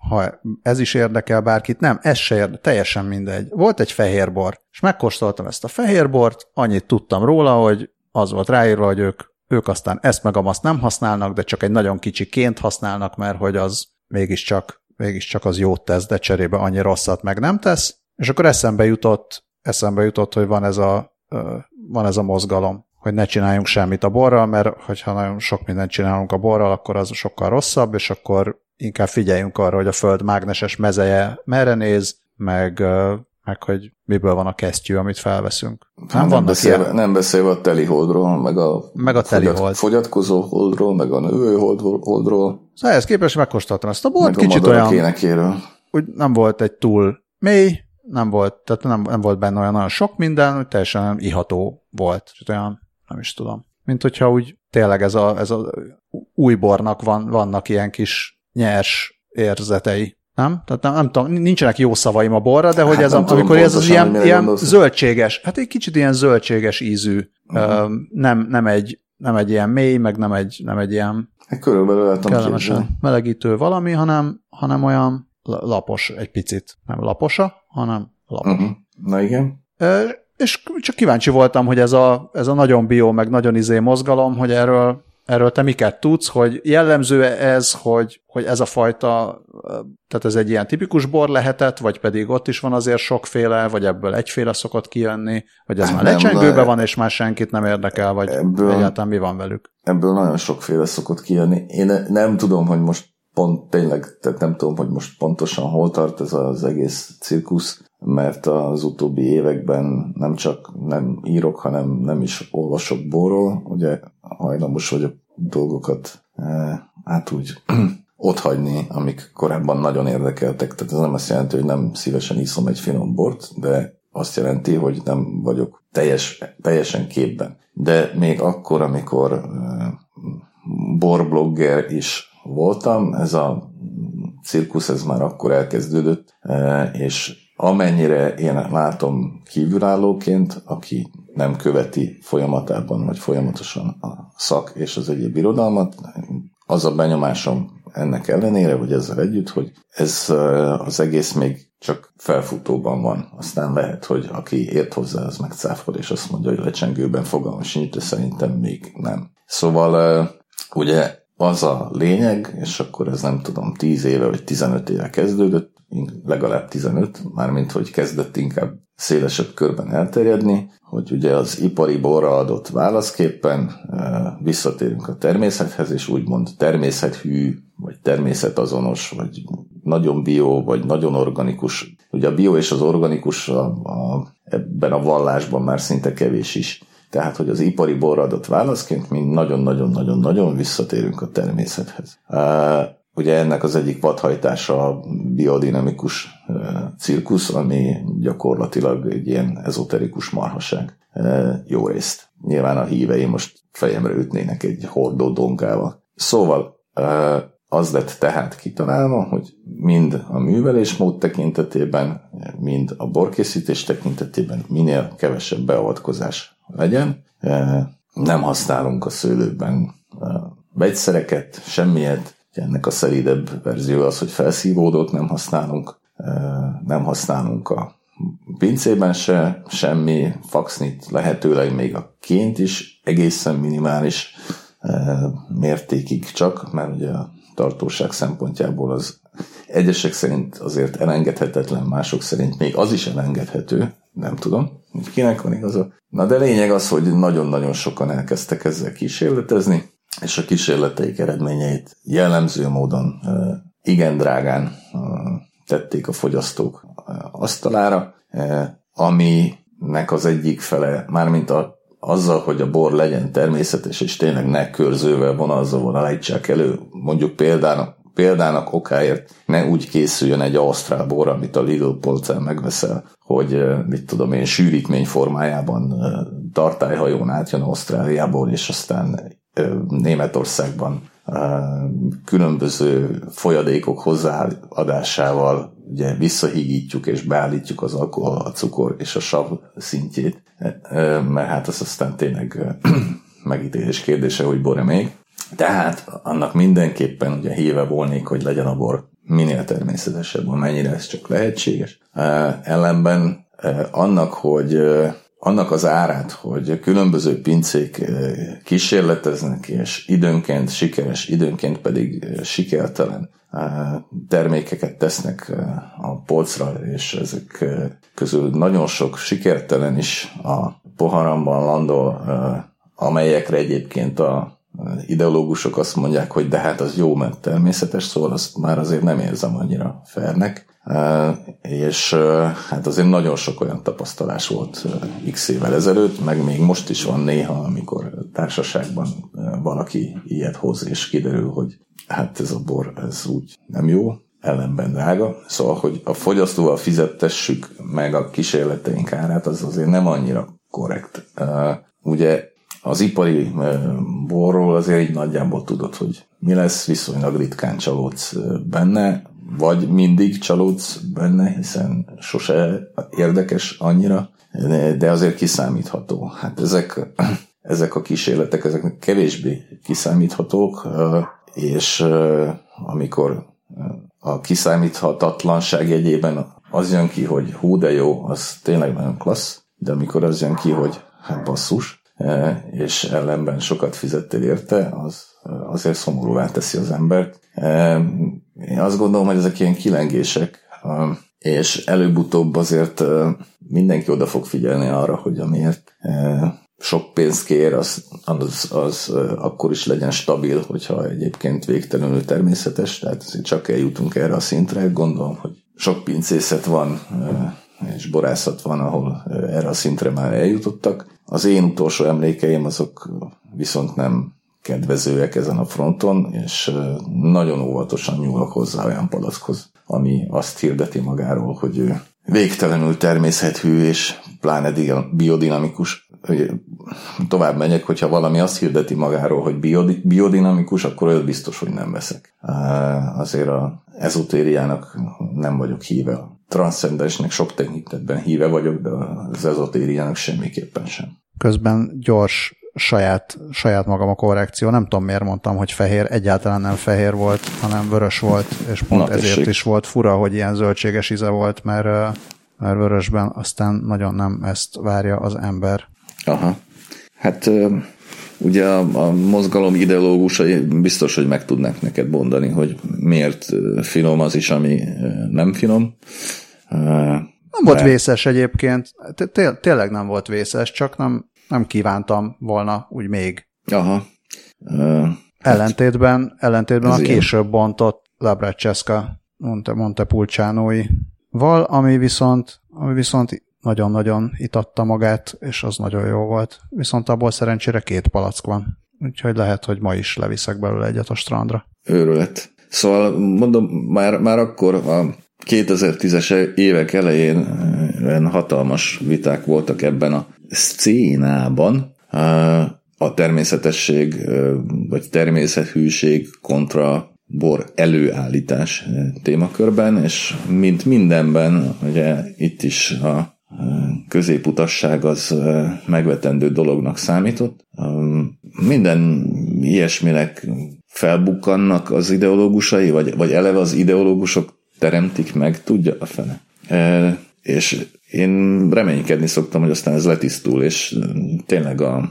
ha ez is érdekel bárkit, nem, ez se érdekel, teljesen mindegy. Volt egy fehér bor, és megkóstoltam ezt a fehér bort, annyit tudtam róla, hogy az volt ráírva, hogy ők, ők aztán ezt meg azt nem használnak, de csak egy nagyon kicsi ként használnak, mert hogy az mégiscsak, mégiscsak az jót tesz, de cserébe annyi rosszat meg nem tesz. És akkor eszembe jutott, eszembe jutott, hogy van ez a, van ez a mozgalom, hogy ne csináljunk semmit a borral, mert hogyha nagyon sok mindent csinálunk a borral, akkor az sokkal rosszabb, és akkor inkább figyeljünk arra, hogy a föld mágneses mezeje merre néz, meg, meg hogy miből van a kesztyű, amit felveszünk. Nem, nem, beszélve, nem beszélve a teli holdról, meg a, meg a teli fogyat, hold. fogyatkozó holdról, meg a növő holdról. Szóval ehhez képest megkóstoltam ezt a bort, kicsit olyan, énekéről. Úgy nem volt egy túl mély, nem volt, tehát nem, nem volt benne olyan nagyon sok minden, hogy teljesen nem iható volt. Olyan, nem is tudom. Mint hogyha úgy tényleg ez a, ez a új bornak van, vannak ilyen kis nyers érzetei. Nem? Tehát nem, nem tudom, nincsenek jó szavaim a borra, de hogy hát ez a, amikor pontosan, ez az ilyen, ilyen zöldséges, hát egy kicsit ilyen zöldséges ízű, uh-huh. nem, nem, egy, nem egy ilyen mély, meg nem egy, nem egy ilyen hát körülbelül kellemesen melegítő valami, hanem, hanem olyan lapos egy picit. Nem laposa, hanem lapos. Uh-huh. Na igen. E, és csak kíváncsi voltam, hogy ez a, ez a nagyon bio, meg nagyon izé mozgalom, hogy erről, erről te miket tudsz, hogy jellemző ez, hogy, hogy ez a fajta, tehát ez egy ilyen tipikus bor lehetett, vagy pedig ott is van azért sokféle, vagy ebből egyféle szokott kijönni, vagy ez már lecsengőben van, és már senkit nem érdekel, vagy ebből, egyáltalán mi van velük? Ebből nagyon sokféle szokott kijönni. Én nem tudom, hogy most pont tényleg, tehát nem tudom, hogy most pontosan hol tart ez az egész cirkusz, mert az utóbbi években nem csak nem írok, hanem nem is olvasok borról, ugye hajlamos vagyok dolgokat hát úgy otthagyni, amik korábban nagyon érdekeltek, tehát ez nem azt jelenti, hogy nem szívesen iszom egy finom bort, de azt jelenti, hogy nem vagyok teljes, teljesen képben. De még akkor, amikor borblogger is voltam, ez a cirkusz, ez már akkor elkezdődött, és amennyire én látom kívülállóként, aki nem követi folyamatában, vagy folyamatosan a szak és az egyéb irodalmat, az a benyomásom ennek ellenére, vagy ezzel együtt, hogy ez az egész még csak felfutóban van. Aztán lehet, hogy aki ért hozzá, az megcáfol, és azt mondja, hogy lecsengőben fogalmam sincs, de szerintem még nem. Szóval ugye az a lényeg, és akkor ez nem tudom, tíz éve vagy tizenöt éve kezdődött, legalább tizenöt, mármint hogy kezdett inkább szélesebb körben elterjedni, hogy ugye az ipari borra adott válaszképpen visszatérünk a természethez, és úgymond természethű, vagy természetazonos, vagy nagyon bio, vagy nagyon organikus. Ugye a bio és az organikus a, a, ebben a vallásban már szinte kevés is. Tehát, hogy az ipari borra adott válaszként mi nagyon-nagyon-nagyon-nagyon visszatérünk a természethez. Ugye ennek az egyik vadhajtása a biodinamikus cirkusz, ami gyakorlatilag egy ilyen ezoterikus marhaság jó részt. Nyilván a hívei most fejemre ütnének egy hordó donkával. Szóval az lett tehát kitalálva, hogy mind a művelésmód tekintetében, mind a borkészítés tekintetében minél kevesebb beavatkozás legyen. Nem használunk a szőlőben vegyszereket, semmiet. Ennek a szeridebb verzió az, hogy felszívódót nem használunk, nem használunk a pincében se, semmi, faxnit lehetőleg még a ként is egészen minimális mértékig csak, mert ugye a tartóság szempontjából az egyesek szerint azért elengedhetetlen, mások szerint még az is elengedhető, nem tudom, hogy kinek van igaza. Na de lényeg az, hogy nagyon-nagyon sokan elkezdtek ezzel kísérletezni, és a kísérleteik eredményeit jellemző módon igen drágán tették a fogyasztók asztalára, aminek az egyik fele, mármint a, azzal, hogy a bor legyen természetes, és tényleg ne körzővel, vonalzóval vonalítsák elő, mondjuk példának, példának okáért ne úgy készüljön egy ausztrál bor, amit a Lidl polcán megveszel, hogy mit tudom én, sűrítmény formájában tartályhajón átjön Ausztráliából, és aztán Németországban különböző folyadékok hozzáadásával ugye visszahígítjuk és beállítjuk az alkohol, a cukor és a sav szintjét, mert hát az aztán tényleg megítélés kérdése, hogy bor-e még. Tehát annak mindenképpen ugye híve volnék, hogy legyen a bor minél természetesebb, amennyire ez csak lehetséges. Ellenben annak, hogy annak az árát, hogy különböző pincék kísérleteznek, és időnként sikeres, időnként pedig sikertelen termékeket tesznek a polcra, és ezek közül nagyon sok sikertelen is a poharamban landol, amelyekre egyébként a ideológusok azt mondják, hogy de hát az jó, mert természetes, szóval azt már azért nem érzem annyira fairnek. És hát azért nagyon sok olyan tapasztalás volt x évvel ezelőtt, meg még most is van néha, amikor társaságban valaki ilyet hoz, és kiderül, hogy hát ez a bor, ez úgy nem jó, ellenben drága. Szóval, hogy a fogyasztóval fizettessük meg a kísérleteink árát, az azért nem annyira korrekt. Ugye az ipari borról azért így nagyjából tudod, hogy mi lesz, viszonylag ritkán csalódsz benne, vagy mindig csalódsz benne, hiszen sose érdekes annyira, de azért kiszámítható. Hát ezek, ezek a kísérletek, ezek kevésbé kiszámíthatók, és amikor a kiszámíthatatlanság jegyében az jön ki, hogy hú de jó, az tényleg nagyon klassz, de amikor az jön ki, hogy hát basszus, és ellenben sokat fizettél érte, az azért szomorúvá teszi az embert. Én azt gondolom, hogy ezek ilyen kilengések, és előbb-utóbb azért mindenki oda fog figyelni arra, hogy amiért sok pénzt kér, az, az, az akkor is legyen stabil, hogyha egyébként végtelenül természetes, tehát azért csak eljutunk erre a szintre. Gondolom, hogy sok pincészet van, és borászat van, ahol erre a szintre már eljutottak. Az én utolsó emlékeim azok viszont nem kedvezőek ezen a fronton, és nagyon óvatosan nyúlok hozzá olyan palackhoz, ami azt hirdeti magáról, hogy ő végtelenül természethű és pláne biodinamikus. Tovább megyek, hogyha valami azt hirdeti magáról, hogy biodinamikus, akkor olyat biztos, hogy nem veszek. Azért az ezotériának nem vagyok híve. A transzcendensnek sok tekintetben híve vagyok, de az ezotériának semmiképpen sem. Közben gyors saját, saját magam a korrekció. Nem tudom, miért mondtam, hogy fehér. Egyáltalán nem fehér volt, hanem vörös volt, és pont Na, ezért tessék. is volt fura, hogy ilyen zöldséges íze volt, mert, mert vörösben aztán nagyon nem ezt várja az ember. Aha. Hát ugye a, a mozgalom ideológusai biztos, hogy meg tudnak neked mondani, hogy miért finom az is, ami nem finom. Nem volt vészes egyébként. Té- tényleg nem volt vészes, csak nem, nem kívántam volna úgy még. Aha. Uh, ellentétben ellentétben a később ilyen. bontott Labracesca Monte, Montepulcianói val, ami viszont, ami viszont nagyon-nagyon itatta magát, és az nagyon jó volt. Viszont abból szerencsére két palack van. Úgyhogy lehet, hogy ma is leviszek belőle egyet a strandra. Őrület. Szóval mondom, már, már akkor a kétezer-tízes évek elején hatalmas viták voltak ebben a szcénában. A természetesség vagy természethűség kontra bor előállítás témakörben, és mint mindenben, ugye itt is a középutasság az megvetendő dolognak számított. Minden ilyesminek felbukkannak az ideológusai, vagy, vagy eleve az ideológusok teremtik meg, tudja a fene. E, és én reménykedni szoktam, hogy aztán ez letisztul, és tényleg a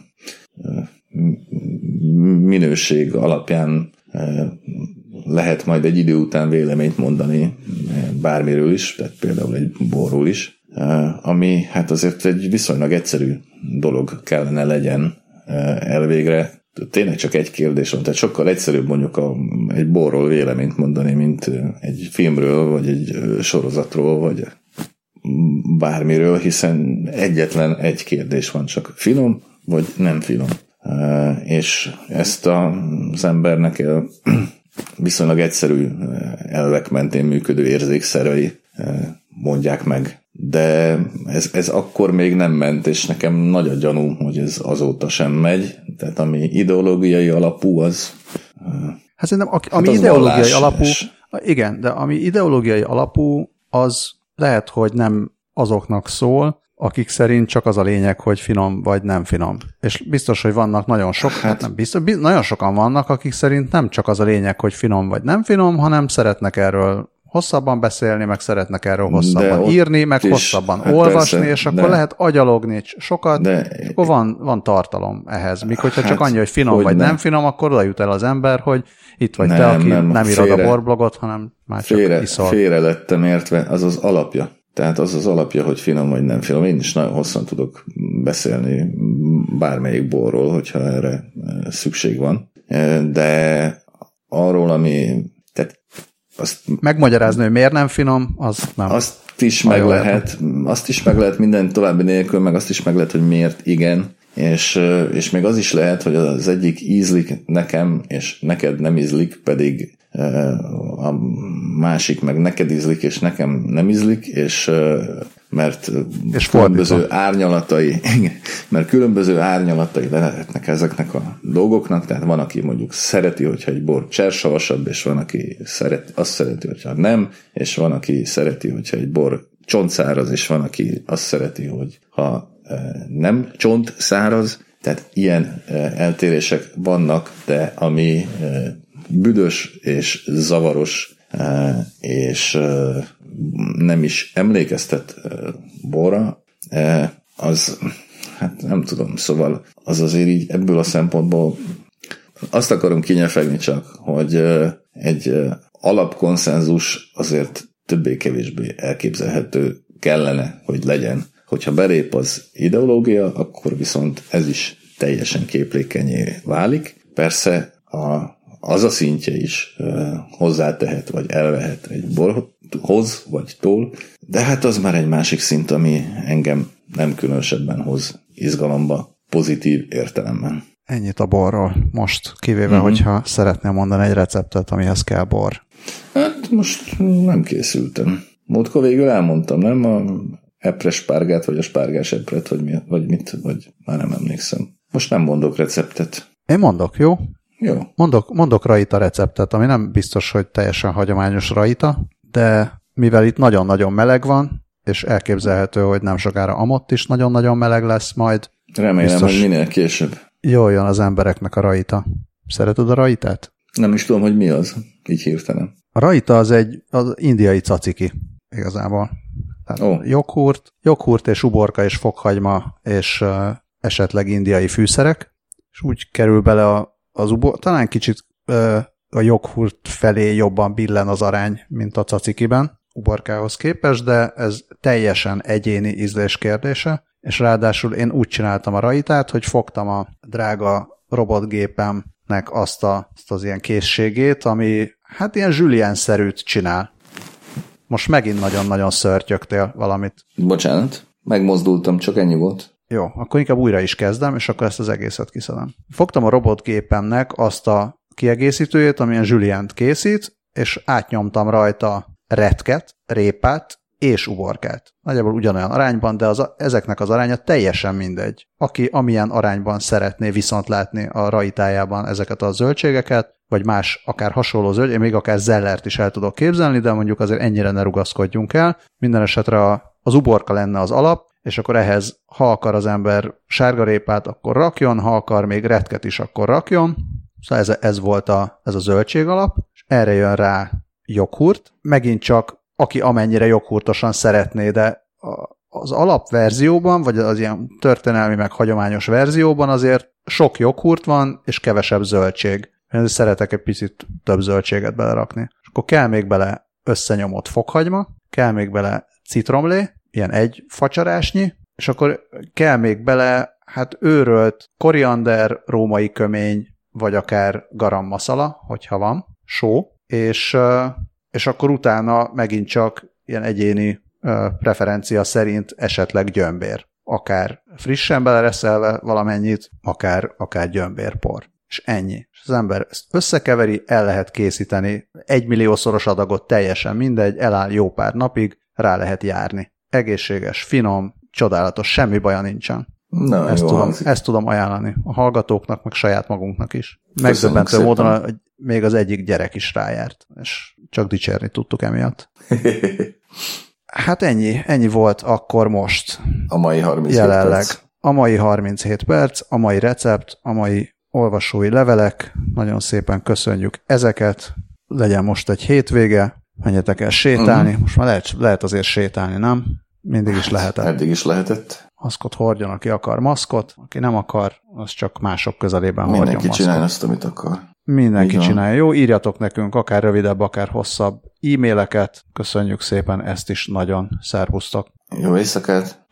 minőség alapján lehet majd egy idő után véleményt mondani bármiről is, tehát például egy borról is, ami hát azért egy viszonylag egyszerű dolog kellene legyen elvégre. Tényleg csak egy kérdés van, tehát sokkal egyszerűbb mondjuk a, egy borról véleményt mondani, mint egy filmről, vagy egy sorozatról, vagy bármiről, hiszen egyetlen egy kérdés van, csak finom, vagy nem finom. És ezt az embernek viszonylag egyszerű elvek mentén működő érzékszervei mondják meg. De ez, ez akkor még nem ment, és nekem nagy a gyanúm, hogy ez azóta sem megy. Tehát ami ideológiai alapú, az... Hát szerintem, ami hát az ideológiai alapú... Igen, de ami ideológiai alapú, az lehet, hogy nem azoknak szól, akik szerint csak az a lényeg, hogy finom vagy nem finom. És biztos, hogy vannak nagyon sok, hát nem biztos, biztos, nagyon sokan vannak, akik szerint nem csak az a lényeg, hogy finom vagy nem finom, hanem szeretnek erről hosszabban beszélni, meg szeretnek erről hosszabban írni, meg is, hosszabban hát olvasni, persze, és akkor de, lehet agyalogni sokat, de, akkor van, van tartalom ehhez. Míg hogyha hát, csak annyi, hogy finom hogy vagy nem. nem finom, akkor oda jut el az ember, hogy itt vagy nem, te, aki nem, nem írod félre, a borblogot, hanem már csak félre, iszol. Félre lettem értve, az az alapja. Tehát az az alapja, hogy finom vagy nem finom. Én is nagyon hosszan tudok beszélni bármelyik borról, hogyha erre szükség van. De arról, ami... Tehát azt, megmagyarázni, hogy miért nem finom, az nem. Azt is meg lehet, azt is meg lehet minden további nélkül, meg azt is meg lehet, hogy miért igen. És, és még az is lehet, hogy az egyik ízlik nekem, és neked nem ízlik, pedig a másik meg neked ízlik, és nekem nem ízlik, és mert és különböző fordítva. árnyalatai, mert különböző árnyalatai lehetnek ezeknek a dolgoknak, tehát van, aki mondjuk szereti, hogyha egy bor csersavasabb, és van, aki szereti, azt szereti, hogyha nem, és van, aki szereti, hogyha egy bor csontszáraz, és van, aki azt szereti, hogy ha nem csontszáraz, tehát ilyen eltérések vannak, de ami büdös és zavaros, és nem is emlékeztet borra, az, hát nem tudom, szóval az azért így ebből a szempontból azt akarom kinyefegni csak, hogy egy alapkonszenzus azért többé-kevésbé elképzelhető kellene, hogy legyen. Hogyha belép az ideológia, akkor viszont ez is teljesen képlékenyé válik. Persze a, az a szintje is uh, hozzátehet, vagy elvehet egy borhoz, vagy tól, de hát az már egy másik szint, ami engem nem különösebben hoz izgalomba, pozitív értelemben. Ennyit a borról most, kivéve, uh-huh. hogyha szeretném mondani egy receptet, amihez kell bor. Hát most nem készültem. Múltkor végül elmondtam, nem? A epres spárgát, vagy a spárgás epret, vagy, mi, vagy mit, vagy már nem emlékszem. Most nem mondok receptet. Én mondok, jó? Jó. Mondok, mondok raita receptet, ami nem biztos, hogy teljesen hagyományos raita, de mivel itt nagyon-nagyon meleg van, és elképzelhető, hogy nem sokára amott is nagyon-nagyon meleg lesz majd. Remélem, biztos, hogy minél később. Jól jön az embereknek a raita. Szereted a raitát? Nem is tudom, hogy mi az, így hirtelen. A raita az egy az indiai caciki, igazából. Oh. Joghurt, joghurt és uborka és fokhagyma és uh, esetleg indiai fűszerek, és úgy kerül bele a, az uborka, talán kicsit uh, a joghurt felé jobban billen az arány, mint a cacikiben, uborkához képest, de ez teljesen egyéni ízlés kérdése, és ráadásul én úgy csináltam a raitát, hogy fogtam a drága robotgépemnek azt, a, azt az ilyen készségét, ami hát ilyen Julien-szerűt csinál. Most megint nagyon-nagyon szörtyögtél valamit. Bocsánat, megmozdultam, csak ennyi volt. Jó, akkor inkább újra is kezdem, és akkor ezt az egészet kiszedem. Fogtam a robotgépemnek azt a kiegészítőjét, amilyen Julient készít, és átnyomtam rajta retket, répát és uborkát. Nagyjából ugyanolyan arányban, de az, ezeknek az aránya teljesen mindegy. Aki amilyen arányban szeretné viszont látni a raitájában ezeket a zöldségeket, vagy más, akár hasonló zöld, én még akár zellert is el tudok képzelni, de mondjuk azért ennyire ne rugaszkodjunk el. Minden esetre az uborka lenne az alap, és akkor ehhez, ha akar az ember sárgarépát, akkor rakjon, ha akar még retket is, akkor rakjon. Szóval ez, ez volt a, ez a zöldség alap, és erre jön rá joghurt. Megint csak aki amennyire joghurtosan szeretné, de az alapverzióban, vagy az ilyen történelmi meg hagyományos verzióban azért sok joghurt van, és kevesebb zöldség. Én szeretek egy picit több zöldséget belerakni. És akkor kell még bele összenyomott fokhagyma, kell még bele citromlé, ilyen egy facsarásnyi, és akkor kell még bele hát őrölt koriander, római kömény, vagy akár garam masala, hogyha van, só, és, és akkor utána megint csak ilyen egyéni preferencia szerint esetleg gyömbér. Akár frissen belereszelve valamennyit, akár, akár gyömbérpor. És ennyi. És az ember ezt összekeveri, el lehet készíteni egymilliószoros adagot, teljesen mindegy, eláll jó pár napig, rá lehet járni. Egészséges, finom, csodálatos, semmi baja nincsen. Na, ezt, jó, tudom, ezt tudom ajánlani a hallgatóknak, meg saját magunknak is. Megdöbbentő módon, hogy még az egyik gyerek is rájárt, és csak dicsérni tudtuk emiatt. Hát ennyi, ennyi volt akkor most. A mai harminchét jelenleg. perc. A mai harminchét perc, a mai recept, a mai olvasói levelek. Nagyon szépen köszönjük ezeket. Legyen most egy hétvége, menjetek el sétálni. Uh-huh. Most már lehet, lehet azért sétálni, nem? Mindig is lehetett. Eddig is lehetett. Maszkot hordjon, aki akar maszkot, aki nem akar, az csak mások közelében hordjon maszkot. Mindenki csinálja azt, amit akar. Mindenki csinálja. Jó, írjatok nekünk akár rövidebb, akár hosszabb e-maileket. Köszönjük szépen ezt is nagyon. Szervusztok! Jó éjszakát!